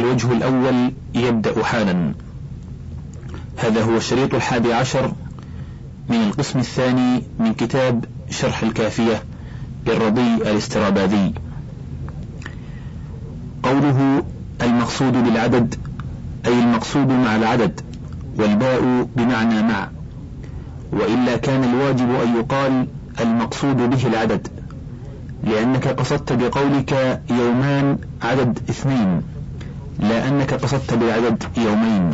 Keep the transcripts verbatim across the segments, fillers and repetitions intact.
والوجه الأول يبدأ حالا. هذا هو الشريط الحادي عشر من القسم الثاني من كتاب شرح الكافية للرضي الاستراباذي. قوله المقصود بالعدد أي المقصود مع العدد، والباء بمعنى مع، وإلا كان الواجب أن يقال المقصود به العدد، لأنك قصدت بقولك يومان عدد اثنين، لا أنك قصدت بالعدد يومين.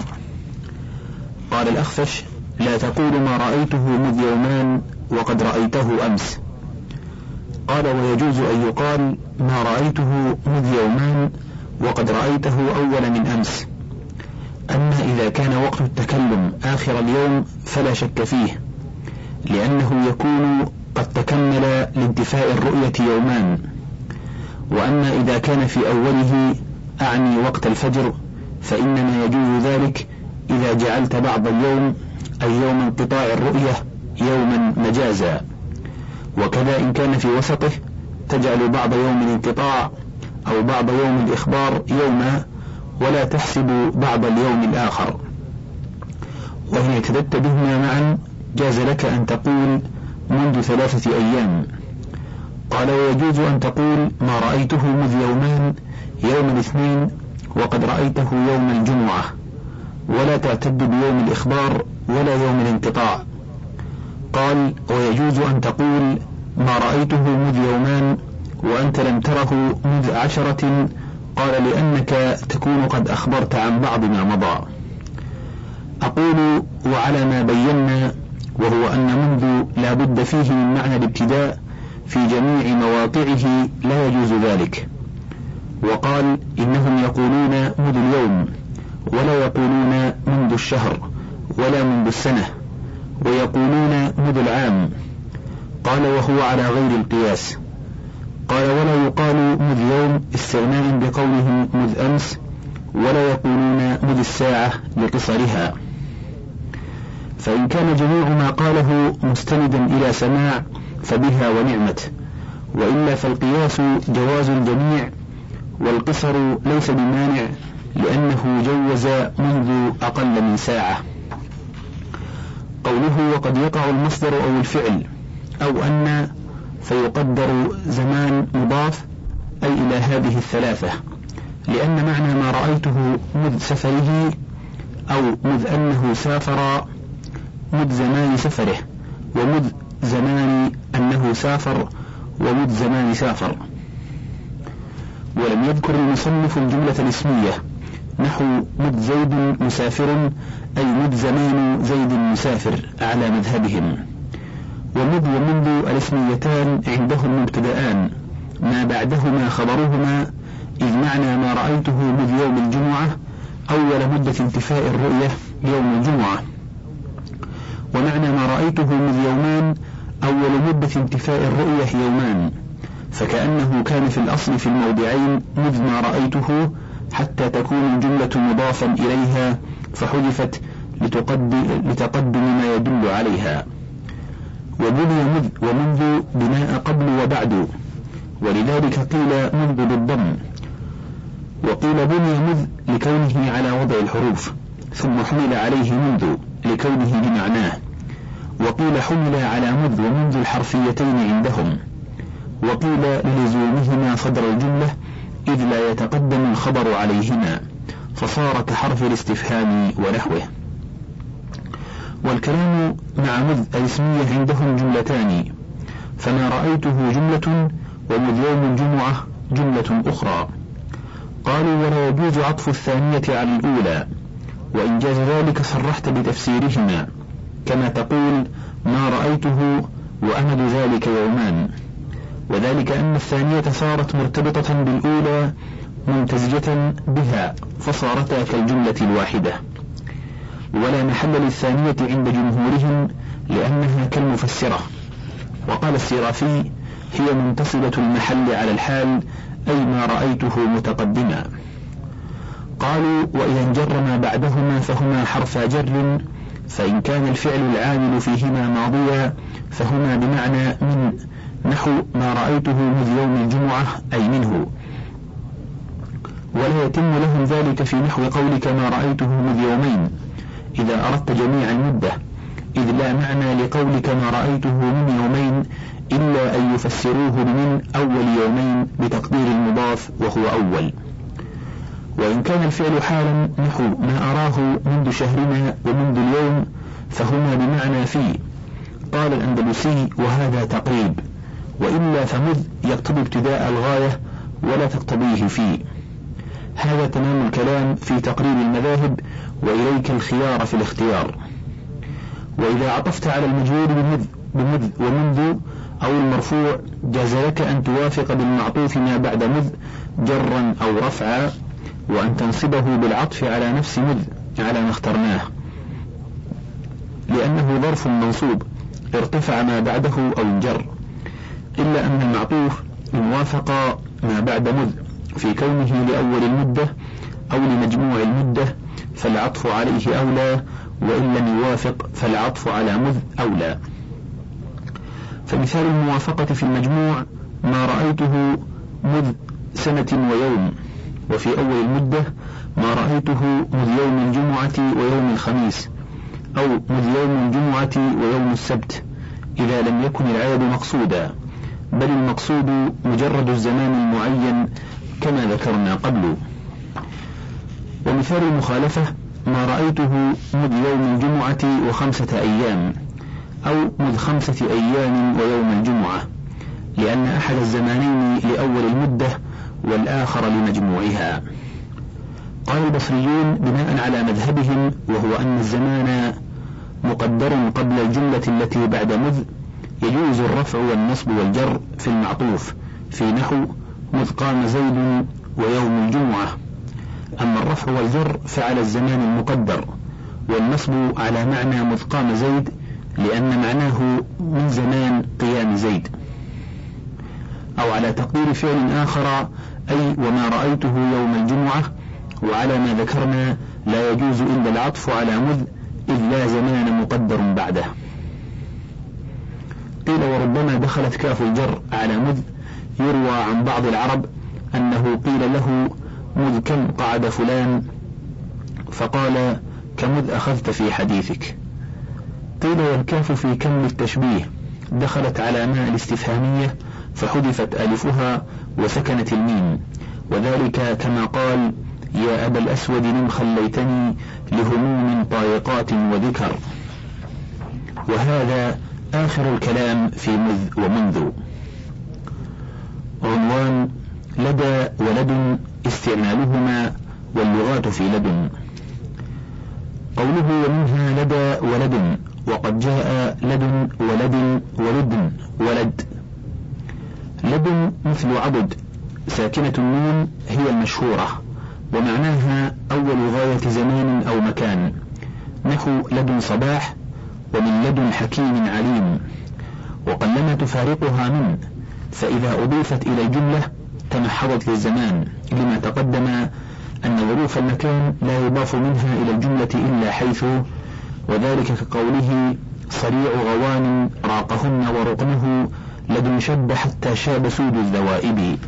قال الأخفش: لا تقول ما رأيته مذ يومان وقد رأيته أمس. قال: ويجوز أن يقال ما رأيته مذ يومان وقد رأيته أول من أمس. أما إذا كان وقت التكلم آخر اليوم فلا شك فيه، لأنه يكون قد تكمل لانتفاء الرؤية يومان. وأما إذا كان في أوله أعني وقت الفجر فإنما يجوز ذلك إذا جعلت بعض اليوم أي يوم انقطاع الرؤية يوما مجازا، وكذا إن كان في وسطه تجعل بعض يوم الانقطاع أو بعض يوم الإخبار يوما، ولا تحسب بعض اليوم الآخر. وإن اعتددت بهما معا جاز لك أن تقول منذ ثلاثة أيام. قال: ويجوز أن تقول ما رأيته مذ يومان يوم الاثنين وقد رأيته يوم الجمعة، ولا تعتد بيوم الإخبار ولا يوم الانقطاع. قال: ويجوز أن تقول ما رأيته مذ يومان وأنت لم تره مذ عشرة، قال: لأنك تكون قد أخبرت عن بعض ما مضى. أقول: وعلى ما بينا، وهو أن منذ لا بد فيه من معنى الابتداء في جميع مواقعه لا يجوز ذلك. وقال: إنهم يقولون منذ اليوم، ولا يقولون منذ الشهر ولا منذ السنة، ويقولون منذ العام. قال: وهو على غير القياس. قال: ولا يقال منذ يوم استغناء بقولهم منذ أمس، ولا يقولون منذ الساعة لقصرها. فإن كان جميع ما قاله مستندا إلى سماع فبها ونعمت، وإلا فالقياس جواز الجميع، والقصر ليس بمانع لأنه جوز منذ أقل من ساعة. قوله وقد يقع المصدر أو الفعل أو أن فيقدر زمان مضاف أي إلى هذه الثلاثة، لأن معنى ما رأيته مذ سفره أو مذ أنه سافر مذ زمان سفره، ومذ زمان أنه سافر، ومذ زمان سافر. ولم يذكر المصنف الجملة الاسمية نحو مذ زيد مسافر أي مذ زمان زيد مسافر على مذهبهم. ومذ ومنذ الاسميتان عندهم مبتدآن ما بعدهما خبرهما، إذ معنى ما رأيته مذ يوم الجمعة أول مدة انتفاء الرؤية يوم الجمعة، ومعنى ما رأيته مذ يومان أول مدة انتفاء الرؤية يومان، فكأنه كان في الأصل في الموضعين مذ ما رأيته حتى تكون الجملة مضافا إليها فحذفت لتقدم ما يدل عليها. وبني مذ ومنذ بناء قبل وبعد، ولذلك قيل منذ بالضم، وقيل بني مذ لكونه على وضع الحروف، ثم حمل عليه منذ لكونه بمعناه، وقيل حمل على مذ ومنذ الحرفيتين عندهم، وقيل للزومهما صدر الجملة إذ لا يتقدم الخبر عليهما فصار كحرف الاستفهام ونحوه. والكلام مع مذ الاسمية عندهم جملتان، فما رأيته جملة، ومذ يوم الجمعة جملة أخرى. قالوا: ولا يجوز عطف الثانية على الأولى، وإن جاز ذلك صرحت بتفسيرهما، كما تقول ما رأيته وأمد ذلك يومان، وذلك أن الثانية صارت مرتبطة بالأولى ممتزجة بها فصارتا كالجملة الواحدة. ولا محل للثانية عند جمهورهم لأنها كالمفسرة. وقال السرافي: هي منتصبة المحل على الحال أي ما رأيته متقدما. قالوا: وإذا انجر ما بعدهما فهما حرف جر، فإن كان الفعل العامل فيهما ماضيا فهما بمعنى من، نحو ما رأيته مذ يوم الجمعة أي منه. ولا يتم لهم ذلك في نحو قولك ما رأيته مذ يومين إذا أردت جميع المدة، إذ لا معنى لقولك ما رأيته من يومين إلا أن يفسروه بمن أول يومين بتقدير المضاف وهو أول. وإن كان الفعل حالا نحو ما أراه منذ شهرنا ومنذ اليوم فهما بمعنى في. قال الأندلسي وهذا تقريب، وإلا فمذ يقتضي ابتداء الغاية ولا تقتضيه في. هذا تمام الكلام في تقريب المذاهب، وإليك الخيار في الاختيار. وإذا عطفت على المجرور بمذ, بمذ ومنذ أو المرفوع جاز لك أن توافق بالمعطوف ما بعد مذ جرا أو رفعا، وأن تنصبه بالعطف على نفس مذ على ما اخترناه، لأنه ظرف منصوب ارتفع ما بعده أو انجر، إلا أن المعطوف إن وافق ما بعد مذ في كونه لأول المدة أو لمجموع المدة فالعطف عليه أولى، وإن لم يوافق فالعطف على مذ أولى. فمثال الموافقة في المجموع ما رأيته مذ سنة ويوم، وفي أول المدة ما رأيته مذ يوم الجمعة ويوم الخميس، أو مذ يوم الجمعة ويوم السبت، إذا لم يكن العدد مقصودا، بل المقصود مجرد الزمان المعين كما ذكرنا قبل. ومثال المخالفة ما رأيته مذ يوم الجمعة وخمسة أيام، أو مذ خمسة أيام ويوم الجمعة، لأن أحد الزمانين لأول المدة والآخر لمجموعها. قال البصريون بناء على مذهبهم، وهو أن الزمان مقدر قبل الجملة التي بعد مذ، يجوز الرفع والنصب والجر في المعطوف في نحو مذ قام زيد ويوم الجمعة. أما الرفع والجر فعلى الزمان المقدر، والنصب على معنى مذ قام زيد لأن معناه من زمان قيام زيد، أو على تقدير فعل آخر أي وما رأيته يوم الجمعة. وعلى ما ذكرنا لا يجوز إلا العطف على مذ إذ لا زمان مقدر بعده. قيل وربما دخلت كاف الجر على مذ، يروى عن بعض العرب أنه قيل له مذ كم قعد فلان فقال كمذ أخذت في حديثك. قيل والكاف في كم للتشبيه دخلت على ما الاستفهامية فحذفت ألفها وسكنت الميم، وذلك كما قال يا أبا الأسود لم خليتني لهموم طائقات وذكر. وهذا آخر الكلام في مذ ومنذ. عنوان لدى ولد استعمالهما واللغات في لدن. قوله ومنها لدى ولد، وقد جاء لدن ولد ولدن ولد. لدن مثل عضد ساكنة النون هي المشهورة، ومعناها أول غاية زمان أو مكان، نحو لدن صباح ومن لدن حكيم عليم، وقلما تفارقها من، فإذا أضيفت إلى الجملة تمحضت للزمان، لما تقدم أن ظروف المكان لا يضاف منها إلى الجملة إلا حيث، وذلك كقوله صريع غوان راقهن ورقنه لدن شب حتى شاب سود الذوائب.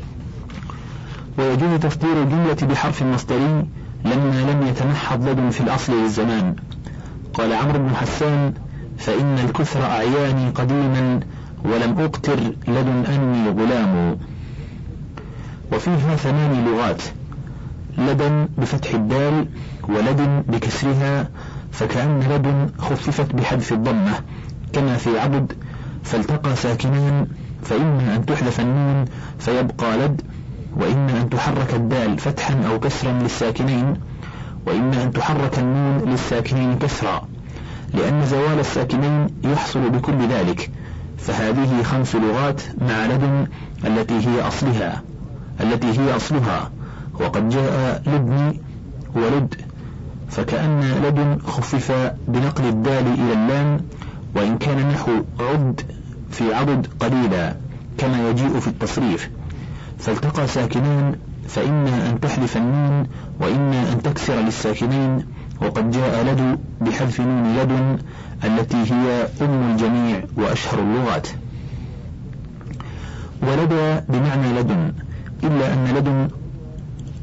ويجوز تصدير الجملة بحرف مصدري لما لم يتمحض لدن في الأصل للزمان. قال عمرو بن حسان فإن الكثر أعياني قديما ولم أقتر لدن أني غلام. وفيها ثمان لغات: لدن بفتح الدال، ولدن بكسرها، فكأن لدن خففت بحذف الضمة كما في عبد، فالتقى ساكنان، فإما أن تحذف النون فيبقى لد، وإما أن تحرك الدال فتحا أو كسرا للساكنين، وإما أن تحرك النون للساكنين كسرا، لأن زوال الساكنين يحصل بكل ذلك. فهذه خمس لغات مع لدن التي هي أصلها التي هي أصلها وقد جاء لدني ولد، فكأن لدن خفف بنقل الدال إلى اللام، وإن كان نحو عد في عضد قليلا كما يجيء في التصريف. فالتقى ساكنان، فإما أن تحذف النون وإما أن تكسر للساكنين، وقد جاء لدو بحذف نون لدن التي هي أم الجميع وأشهر اللغات. ولدى بمعنى لدن، إلا أن لدن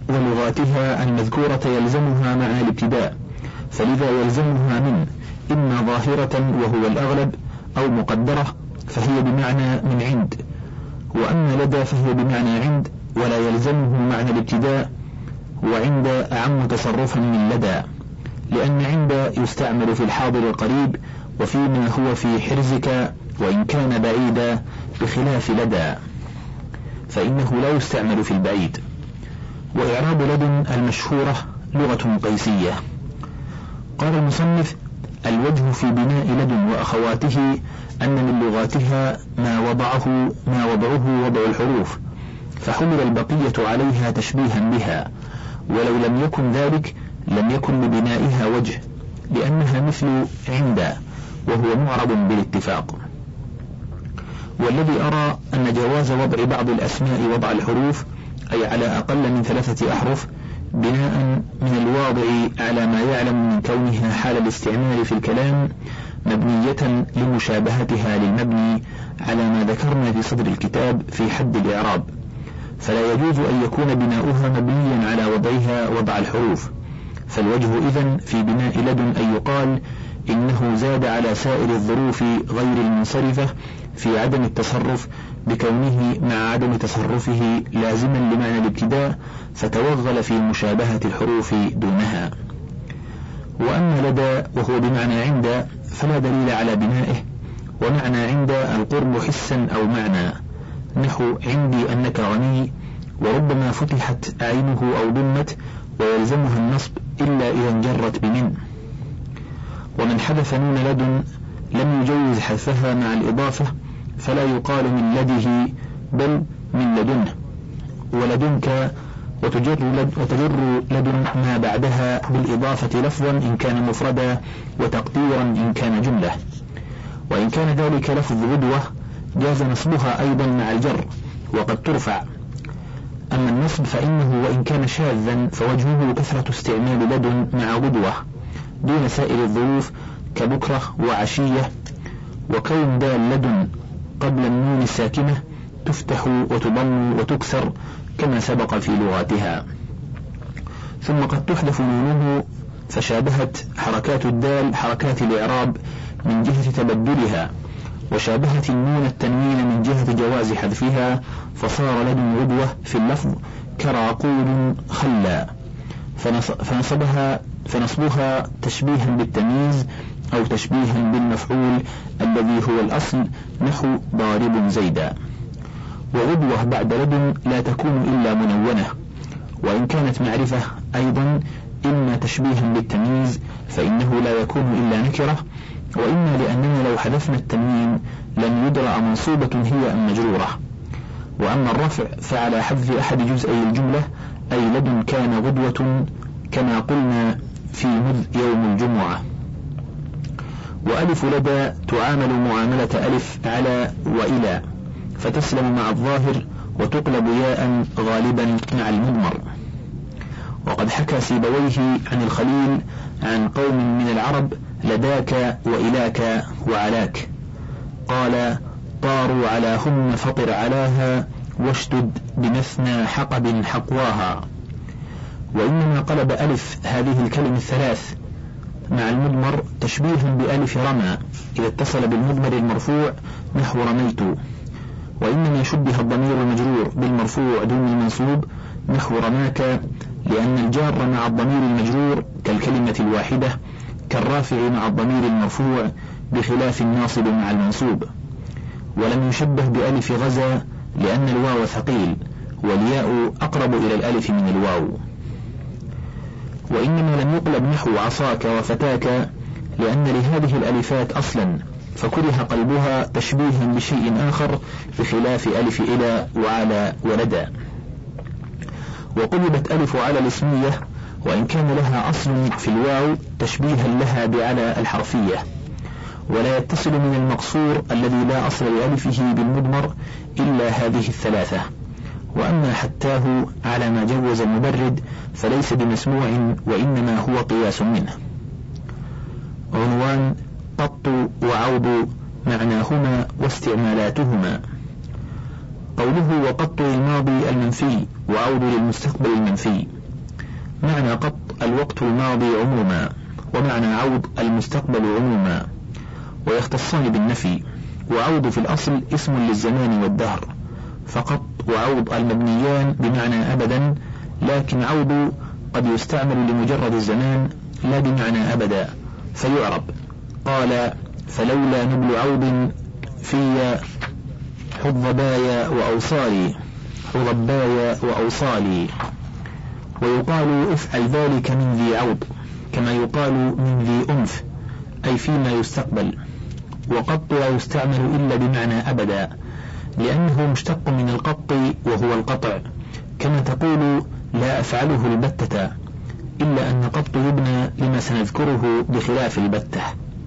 ولغاتها المذكورة يلزمها مع الابتداء، فلذا يلزمها من إما ظاهرة وهو الأغلب أو مقدرة فهي بمعنى من عند، وأما لدى فهي بمعنى عند ولا يلزمه معنى الابتداء، وعند أعم تصرفا من لدى، لأن عند يستعمل في الحاضر القريب وفيما هو في حرزك وإن كان بعيدا، بخلاف لدى فإنه لا يستعمل في البعيد. وإعراب لدن المشهورة لغة قيسية. قال المصنف: الوجه في بناء لدن وأخواته أن من لغاتها ما وضعه ما وضعه وضع الحروف، فحمل البقية عليها تشبيها بها، ولو لم يكن ذلك لم يكن لبنائها وجه، لأنها مثل عند وهو معرب بالاتفاق. والذي أرى أن جواز وضع بعض الأسماء وضع الحروف، أي على أقل من ثلاثة أحرف، بناء من الواضع على ما يعلم من كونها حال الاستعمال في الكلام مبنية لمشابهتها للمبني، على ما ذكرنا في صدر الكتاب في حد الإعراب، فلا يجوز أن يكون بناؤها مبنيا على وضعها وضع الحروف. فالوجه إذن في بناء لدن أن يقال إنه زاد على سائر الظروف غير المنصرفة في عدم التصرف، بكونه مع عدم تصرفه لازما لمعنى الابتداء، فتوغل في مشابهة الحروف دونها. وأما لدى وهو بمعنى عند فلا دليل على بنائه، ومعنى عند القرب حسا أو معنى، نحو عندي أنك غني، وربما فتحت أعينه أو ضمت ويلزمها النصب إلا إذا انجرت بمن. ومن حذف نون لدن لم يجوز حذفها مع الإضافة، فلا يقال من لده بل من لدنه. ولدنك وتجر, لد وتجر لدن ما بعدها بالإضافة لفظا إن كان مفردا، وتقديرا إن كان جملة. وإن كان ذلك لفظ غدوة جاز نصبها أيضا مع الجر وقد ترفع. أما النصب فإنه وإن كان شاذا فوجهه كثرة استعمال لدن مع غدوة دون سائر الظروف كبكرة وعشية، وكون دال لدن قبل النون الساكنة تفتح وتضم وتكسر كما سبق في لغاتها. ثم قد تحذف نونه فشابهت حركات الدال حركات الإعراب من جهة تبدلها، وشابهت النون التنوين من جهة جواز حذفها، فصار لدن غدوة في اللفظ كراقول خلا، فنصبها فنصبها تشبيها بالتمييز أو تشبيها بالمفعول الذي هو الأصل، نحو ضارب زيدا. وغدوة بعد لدن لا تكون إلا منونة، وإن كانت معرفة أيضا إما تشبيها بالتمييز فإنه لا يكون إلا نكرة، وإما لأننا لو حذفنا التنوين لم يدرى منصوبة هي أم مجرورة. وأما الرفع فعلى حذف أحد جزئي الجملة، أي لدن كان غدوة كما قلنا في مذ يوم الجمعة. وألف لدى تعامل معاملة ألف على وإلى، فتسلم مع الظاهر وتقلب ياء غالبا مع المضمر. وقد حكى سيبويه عن الخليل عن قوم من العرب لداك وإلاك وعلاك، قال: طاروا على هم فطر علاها، واشدد بمثنى حقب حقواها. وإنما قلب ألف هذه الكلم الثلاث مع المضمر تشبيها بألف رمى إذا اتصل بالمضمر المرفوع نحو رميت. وإنما شبه الضمير المجرور بالمرفوع دون المنصوب نحو رماك، لأن الجار مع الضمير المجرور كالكلمة الواحدة كالرافع مع الضمير المرفوع، بخلاف الناصب مع المنصوب. ولم يشبه بألف غزا لأن الواو ثقيل، والياء أقرب إلى الألف من الواو. وإنما لم يقلب نحو عصاك وفتاك لأن لهذه الألفات أصلا، فكره قلبها تشبيها بشيء آخر بخلاف ألف إلى وعلى ولدى. وقلبت ألف على الاسمية وإن كان لها أصل في الواو تشبيها لها بعلى الحرفية، ولا يتصل من المقصور الذي لا أصل لألفه بالمضمر إلا هذه الثلاثة. وأما حتاه على ما جوز المبرد فليس بمسموع، وإنما هو قياس منه. عنوان: قط وعوض معناهما واستعمالاتهما. قوله وقط للماضي المنفي وعوض للمستقبل المنفي، معنى قط الوقت الماضي عموما، ومعنى عوض المستقبل عموما، ويختصان بالنفي. وعوض في الأصل اسم للزمان والدهر، فقط وعوض المبنيان بمعنى أبدا، لكن عوض قد يستعمل لمجرد الزمان لا بمعنى أبدا فيعرب. قال فلولا نبل عوض في حضبايا وأوصالي حضبايا وأوصالي. ويقال افعل ذلك من ذي عوض، كما يقال من ذي أنف أي فيما يستقبل. وقط لا يستعمل إلا بمعنى أبدا، لأنه مشتق من القط وهو القطع، كما تقول لا أفعله البتة، إلا أن قط يبنى لما سنذكره بخلاف البتة.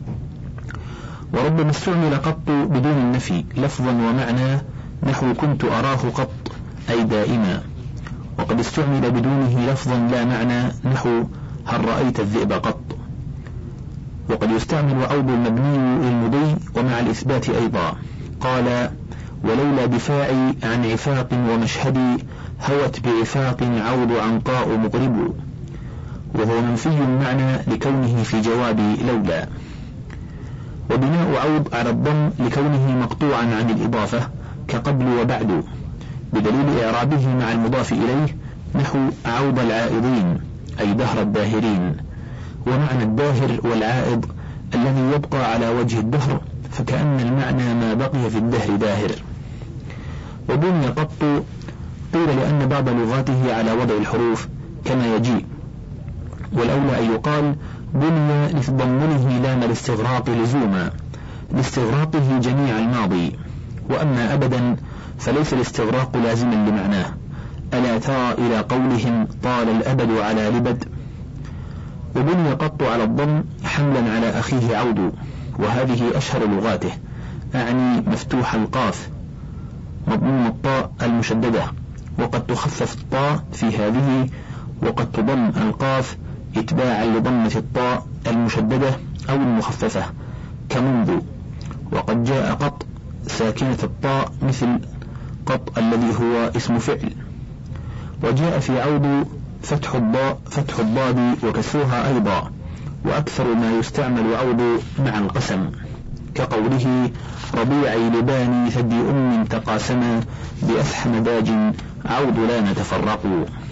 وربما استعمل قط بدون النفي لفظا ومعنى، نحو كنت أراه قط أي دائما. وقد استعمل بدونه لفظا لا معنى، نحو هل رأيت الذئب قط. وقد يستعمل عوض المبني للمضي ومع الإثبات أيضا. قال ولولا دفاعي عن عفاق ومشهدي هوت بعفاق عوض عنقاء مقرب، وهو منفي المعنى لكونه في جواب لولا. وبناء عوض على الضم لكونه مقطوعا عن الإضافة كقبل وبعد، بدليل إعرابه مع المضاف إليه، نحو عوض العائضين أي دهر الداهرين. ومعنى الداهر والعائض الذي يبقى على وجه الدهر، فكأن المعنى ما بقي في الدهر داهر. وبني قط قيل لأن بعض لغاته على وضع الحروف كما يجيء، والأولى أن يقال بني لتضمنه لام الاستغراق لزوما لاستغراقه جميع الماضي. وأما أبدا فليس الاستغراق لازما لمعناه، ألا ترى إلى قولهم طال الأبد على لبد. وبني قط على الضم حملا على أخيه عود، وهذه أشهر لغاته، أعني مفتوح القاف مضموم الطاء المشددة، وقد تخفف الطاء في هذه، وقد تضم القاف اتباعا لضمة الطاء المشددة أو المخففة كمنذ. وقد جاء قط ساكنة الطاء مثل قط الذي هو اسم فعل. وجاء في عود فتح الضاء فتح الضاد وكسرها أيضا، وأكثر ما يستعمل عود مع القسم كقوله ربيعي لباني ثدي أم تقاسما بأفحم داج عود لا نتفرق.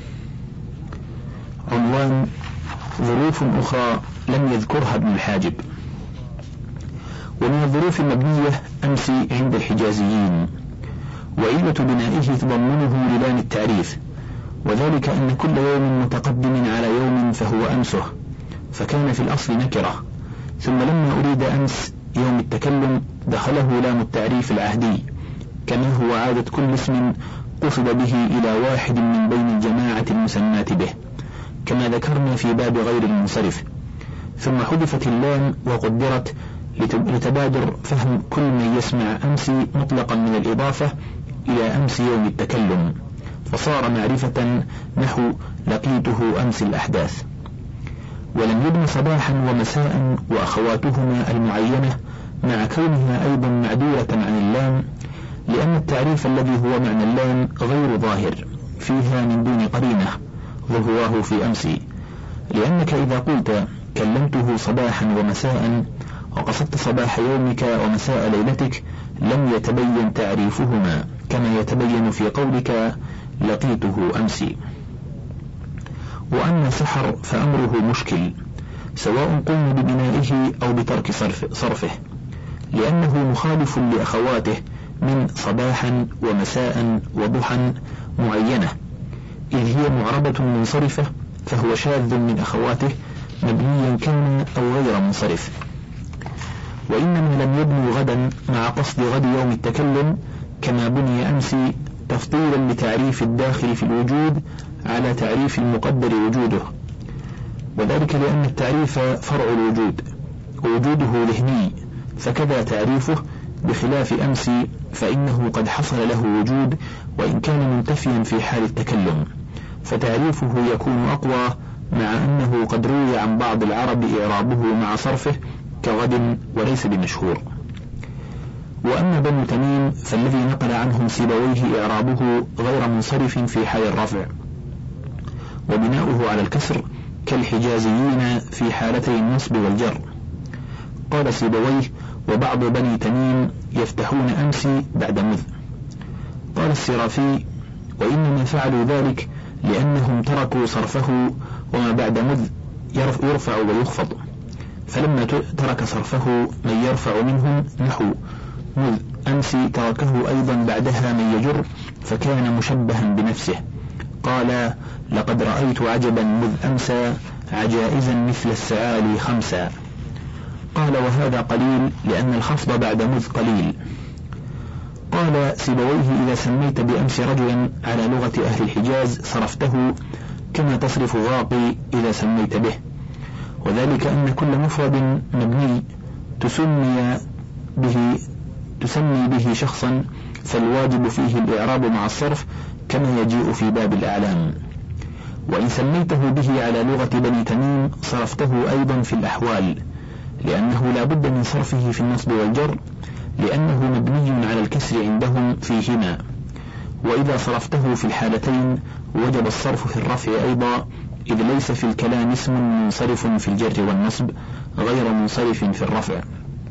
عنوان ظروف أخرى لم يذكرها ابن الحاجب. ومن الظروف المبنية أمس عند الحجازيين، وعلة بنائه تضمنه للام التعريف، وذلك أن كل يوم متقدم على يوم فهو أمسه، فكان في الأصل نكرة، ثم لما أريد أمس يوم التكلم دخله لام التعريف العهدي، كما هو عادة كل اسم قصد به إلى واحد من بين الجماعة المسماة به، كما ذكرنا في باب غير المنصرف. ثم حذفت اللام وقدرت لتبادر فهم كل من يسمع أمس مطلقا من الإضافة إلى أمس يوم التكلم، فصار معرفة نحو لقيته أمس الأحداث. ولم يبن صباحا ومساء وأخواتهما المعينة مع كونها أيضا معدولة عن اللام، لأن التعريف الذي هو معنى اللام غير ظاهر فيها من دون قرينة ظهوره في أمس، لأنك إذا قلت كلمته صباحا ومساء وقصدت صباح يومك ومساء ليلتك لم يتبين تعريفهما كما يتبين في قولك لقيته أمسي. وأما سحر فأمره مشكل، سواء قمنا ببنائه أو بترك صرف صرفه، لأنه مخالف لأخواته من صباحا ومساء وضحا معينة، إذ هي معربة منصرفة، فهو شاذ من أخواته مبنيا كان أو غير منصرف. وإنما لم يبنوا غدا مع قصد غد يوم التكلم كما بني أمس تفضيلا لتعريف الداخل في الوجود على تعريف المقدر وجوده، وذلك لأن التعريف فرع الوجود ووجوده ذهني، فكذا تعريفه، بخلاف أمس فإنه قد حصل له وجود وإن كان منتفيا في حال التكلم، فتعريفه يكون أقوى، مع أنه قد روي عن بعض العرب إعرابه مع صرفه كغد وليس بمشهور. وأما بنو تميم فالذي نقل عنهم سيبويه إعرابه غير منصرف في حال الرفع، وبناؤه على الكسر كالحجازيين في حالتي النصب والجر. قال سيبويه: وبعض بني تميم يفتحون أمسي بعد مذ. قال السرافي: وإنما فعلوا ذلك لأنهم تركوا صرفه، وما بعد مذ يرفع ويخفض، فلما ترك صرفه من يرفع منهم نحو مذ أمسي تركه أيضا بعدها من يجر، فكان مشبها بنفسه. قال: لقد رأيت عجبا مذ أمسى عجائزا مثل السعالي خمسا. قال: وهذا قليل لأن الخفض بعد مذ قليل. قال سيبويه: إذا سميت بأمس رجلا على لغة أهل الحجاز صرفته كما تصرف غاقي إذا سميت به، وذلك أن كل مفرد مبني تسمي به تسمي به شخصا فالواجب فيه الإعراب مع الصرف كما يجيء في باب الأعلام. وإن سميته به على لغة بني تميم صرفته أيضا في الأحوال، لأنه لا بد من صرفه في النصب والجر، لأنه مبني على الكسر عندهم فيهما. وإذا صرفته في الحالتين وجب الصرف في الرفع أيضا، إذ ليس في الكلام اسم منصرف في الجر والنصب غير منصرف في الرفع.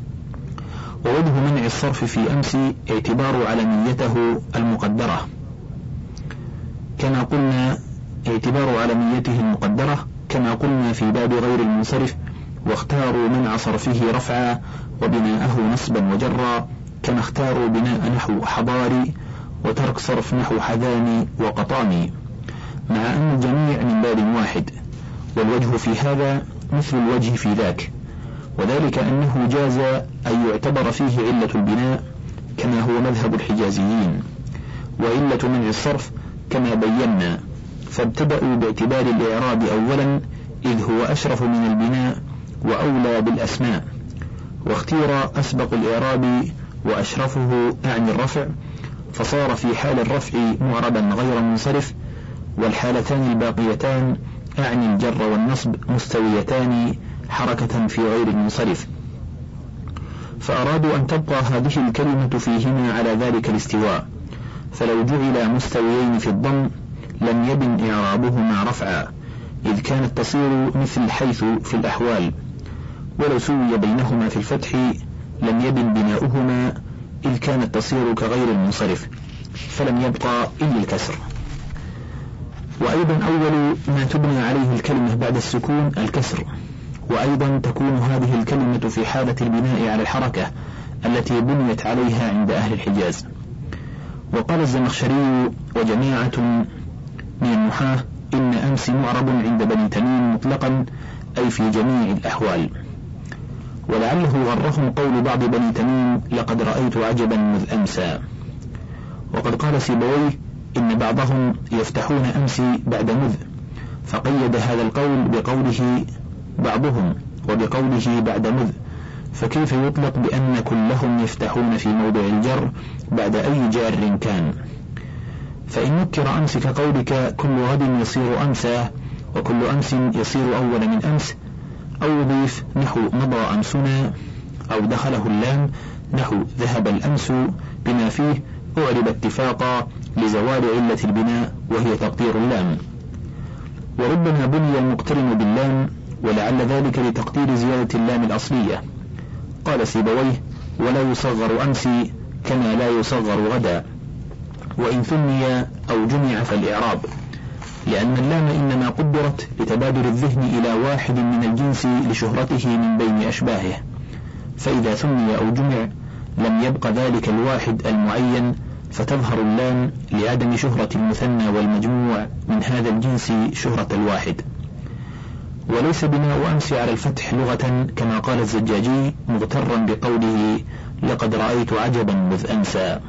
ووجه منع الصرف في أمس اعتبار علميته المقدرة، كما قلنا اعتبار علميته المقدرة كما قلنا في باب غير المنصرف، واختاروا منع صرفه رفعا وبناءه نصبا وجرا، كما اختاروا بناء نحو حضاري وترك صرف نحو حذاني وقطامي، مع أن الجميع من باب واحد، والوجه في هذا مثل الوجه في ذاك، وذلك أنه جاز أن يعتبر فيه علة البناء كما هو مذهب الحجازيين، وعلة منع الصرف كما بينا، فابتدأوا باعتبار الإعراب أولا إذ هو أشرف من البناء وأولى بالأسماء، واختير أسبق الإعراب وأشرفه أعني الرفع، فصار في حال الرفع معربا غير منصرف، والحالتان الباقيتان أعني الجر والنصب مستويتان حركة في غير المنصرف، فأرادوا أن تبقى هذه الكلمة فيهما على ذلك الاستواء، فلو جعل مستويين في الضم لم يبن إعرابهما رفعا، إذ كانت تصير مثل حيث في الأحوال، ولو سوي بينهما في الفتح لم يبن بناؤهما، إذ كانت تصير كغير المنصرف، فلم يبقى إلا الكسر. وأيضا أول ما تبنى عليه الكلمة بعد السكون الكسر، وأيضا تكون هذه الكلمة في حالة البناء على الحركة التي بنيت عليها عند أهل الحجاز. وقال الزمخشري وجماعة من النحاة إن أمس معرب عند بني تميم مطلقا أي في جميع الأحوال، ولعله غرهم قول بعض بني تميم لقد رأيت عجبا مذ أمسى. وقد قال سيبويه إن بعضهم يفتحون أمسي بعد مذ، فقيد هذا القول بقوله بعضهم وبقوله بعد مذ، فكيف يطلق بأن كلهم يفتحون في موضع الجر بعد أي جار كان؟ فإن نكر أمس كقولك كل غد يصير أمسا وكل أمس يصير أول من أمس، أو يضيف نحو مضى أمسنا، أو دخله اللام نحو ذهب الأمس بما فيه أعرب اتفاقا لزوال علة البناء وهي تقدير اللام. وربما بني المقترن باللام، ولعل ذلك لتقدير زيادة اللام الأصلية. قال سيبويه ولا يصغر أمسي كما لا يصغر غدا، وإن ثني أو جمع فالإعراب، لأن اللام إنما قدرت لتبادر الذهن إلى واحد من الجنس لشهرته من بين أشباهه، فإذا ثني أو جمع لم يبق ذلك الواحد المعين، فتظهر اللام لعدم شهرة المثنى والمجموع من هذا الجنس شهرة الواحد. وليس بناء أمس على الفتح لغة كما قال الزجاجي مغترا بقوله لقد رأيت عجبا مذ أمسى.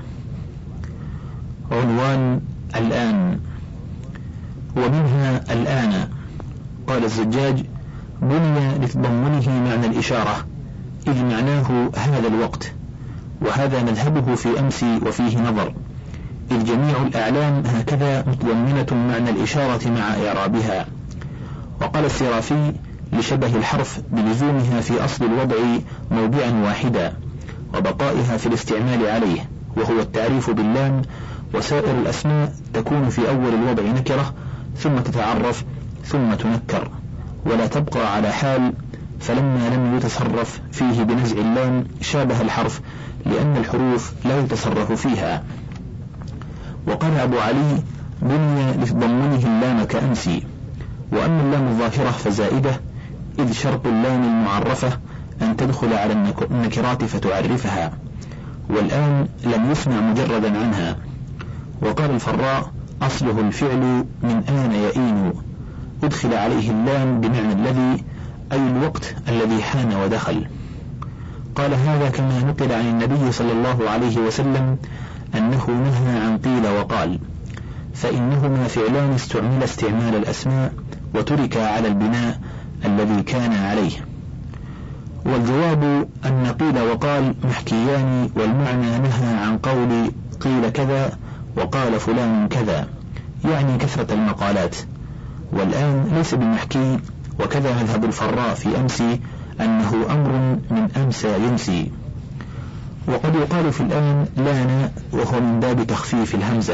عنوان الآن. ومنها الآن. قال الزجاج بني لتضمنه معنى الإشارة، إذ معناه هذا الوقت، وهذا مذهبه في أمس وفيه نظر، إذ جميع الأعلام هكذا متضمنة معنى الإشارة مع إعرابها. وقال السرافي لشبه الحرف بلزومها في أصل الوضع موضعا واحدا وبقائها في الاستعمال عليه، وهو التعريف باللام، وسائر الأسماء تكون في أول الوضع نكرة ثم تتعرف ثم تنكر ولا تبقى على حال، فلما لم يتصرف فيه بنزع اللام شابه الحرف لأن الحروف لا يتصرف فيها. وقال أبو علي: بني لتضمنه اللام كأمسي. وأما اللام الظاهرة فزائدة، إذ شرط اللام المعرفة أن تدخل على النكرات فتعرفها، والآن لم يسمع مجردا عنها. وقال الفراء: أصله الفعل من آن يئين، أدخل عليه اللام بمعنى الذي، أي الوقت الذي حان ودخل. قال هذا كما نقل عن النبي صلى الله عليه وسلم أنه نهى عن قيل وقال، فإنهما فعلان استعمل استعمال الأسماء وترك على البناء الذي كان عليه. والجواب أن قيل وقال محكيان، والمعنى نهى عن قول قيل كذا وقال فلان كذا، يعني كثرة المقالات، والآن ليس بالمحكي. وكذا مذهب الفراء في أمسي أنه أمر من أمسى يمسي. وقد يقال في الآن لان، وهو من باب تخفيف الهمزة.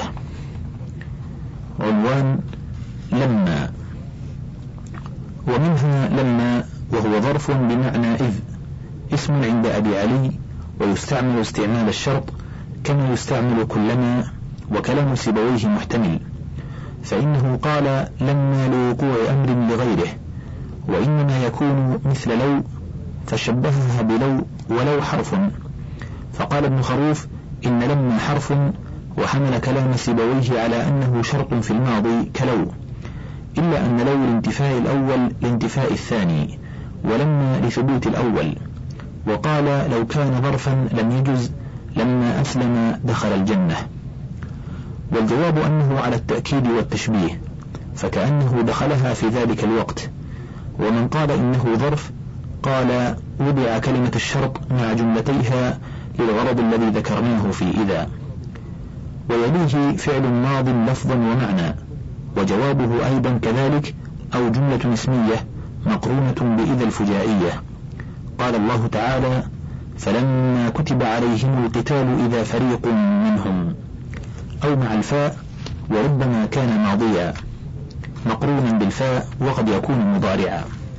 عنوان: لما. ومنها لما وهو ظرف بمعنى إذ، اسم عند أبي علي، ويستعمل استعمال الشرط كما يستعمل كلما. وكلام سيبويه محتمل، فإنه قال لما لوقوع أمر لغيره، وإنما يكون مثل لو، فشبهها بلو، ولو حرف. فقال ابن خروف إن لما حرف، وحمل كلام سيبويه على أنه شرط في الماضي كلو، إلا أن لو لانتفاء الأول لانتفاء الثاني، ولما لثبوت الأول. وقال لو كان ظرفا لم يجز، لما أسلم دخل الجنة. والجواب أنه على التأكيد والتشبيه، فكأنه دخلها في ذلك الوقت. ومن قال إنه ظرف قال وضع كلمة الشرط مع جملتيها للغرض الذي ذكرناه في إذا. ويليه فعل ماض لفظا ومعنى، وجوابه أيضا كذلك، أو جملة اسمية مقرونة بإذا الفجائية. قال الله تعالى فلما كتب عليهم القتال إذا فريق منهم، أو مع الفاء، وربما كان ماضيا مقرونا بالفاء، وقد يكون مضارعا.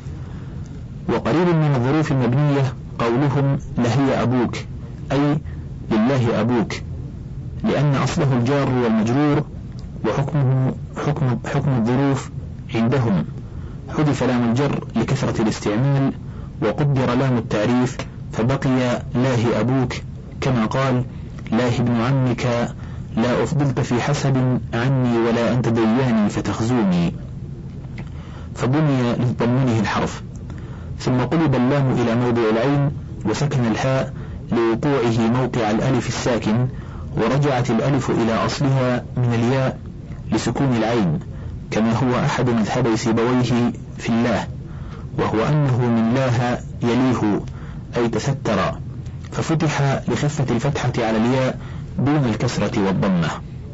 وقليل من الظروف المبنية قولهم لهي أبوك، أي لله أبوك، لأن أصله الجار والمجرور، وحكمه حكم, حكم الظروف عندهم حذف لام الجر لكثرة الاستعمال، وقدر لام التعريف فبقي لاه أبوك، كما قال لاه ابن عمك لا أفضلت في حسب عني ولا أنت دياني فتخزوني، فبني لتضمنه الحرف. ثم قلب اللام إلى موضع العين، وسكن الحاء لوقوعه موقع الألف الساكن، ورجعت الألف إلى أصلها من الياء لسكون العين، كما هو أحد مذهبي سيبويه في الله، وهو أنه من لاه يليه أي تستر، ففتح لخفة الفتحة على الياء دون الكسرة والضمة.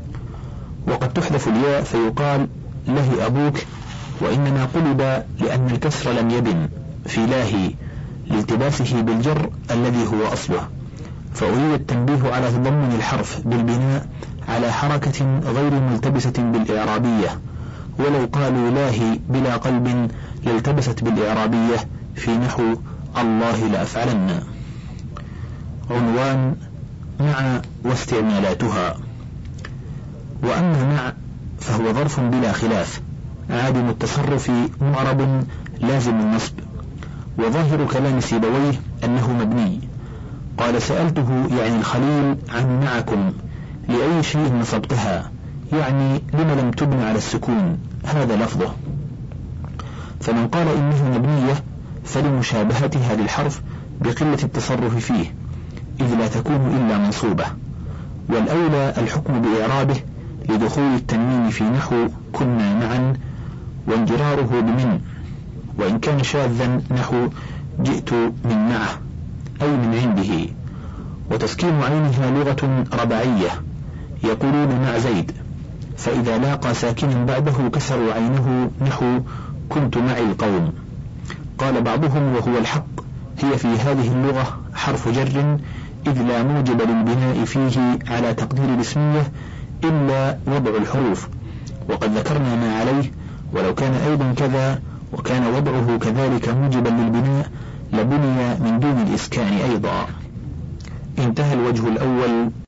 وقد تحذف الياء فيقال له أبوك، وإنما قلب لأن الكسر لم يبن في لاهي لالتباسه بالجر الذي هو أصله، فأريد التنبيه على تضمن الحرف بالبناء على حركة غير ملتبسة بالإعرابية، ولو قالوا لاهي بلا قلب لالتبست بالإعرابية في نحو الله لأفعلن. عنوان مع واستعمالاتها. وأما مع فهو ظرف بلا خلاف عادم التصرف معرب لازم النصب. وظاهر كلام سيبويه أنه مبني. قال سألته يعني الخليل عن معكم لأي شيء نصبتها، يعني لما لم تبن على السكون، هذا لفظه. فمن قال إنه مبنية فلمشابهتها للحرف بقلة التصرف فيه، إذ لا تكون إلا منصوبة. والأولى الحكم بإعرابه لدخول التنوين في نحو كنا معا، وانجراره بمن، وإن كان شاذا نحو جئت من معه أي من عنده. وتسكين عينها لغة ربعية، يقولون مع زيد، فإذا لاقى ساكنا بعده كسروا عينه نحو كنت معي القوم. قال بعضهم وهو الحق هي في هذه اللغة حرف جر، إذ لا موجب للبناء فيه على تقدير الاسمية إلا وضع الحروف، وقد ذكرنا ما عليه، ولو كان أيضا كذا وكان وضعه كذلك موجبا للبناء لبني من دون الإسكان أيضا. انتهى الوجه الأول.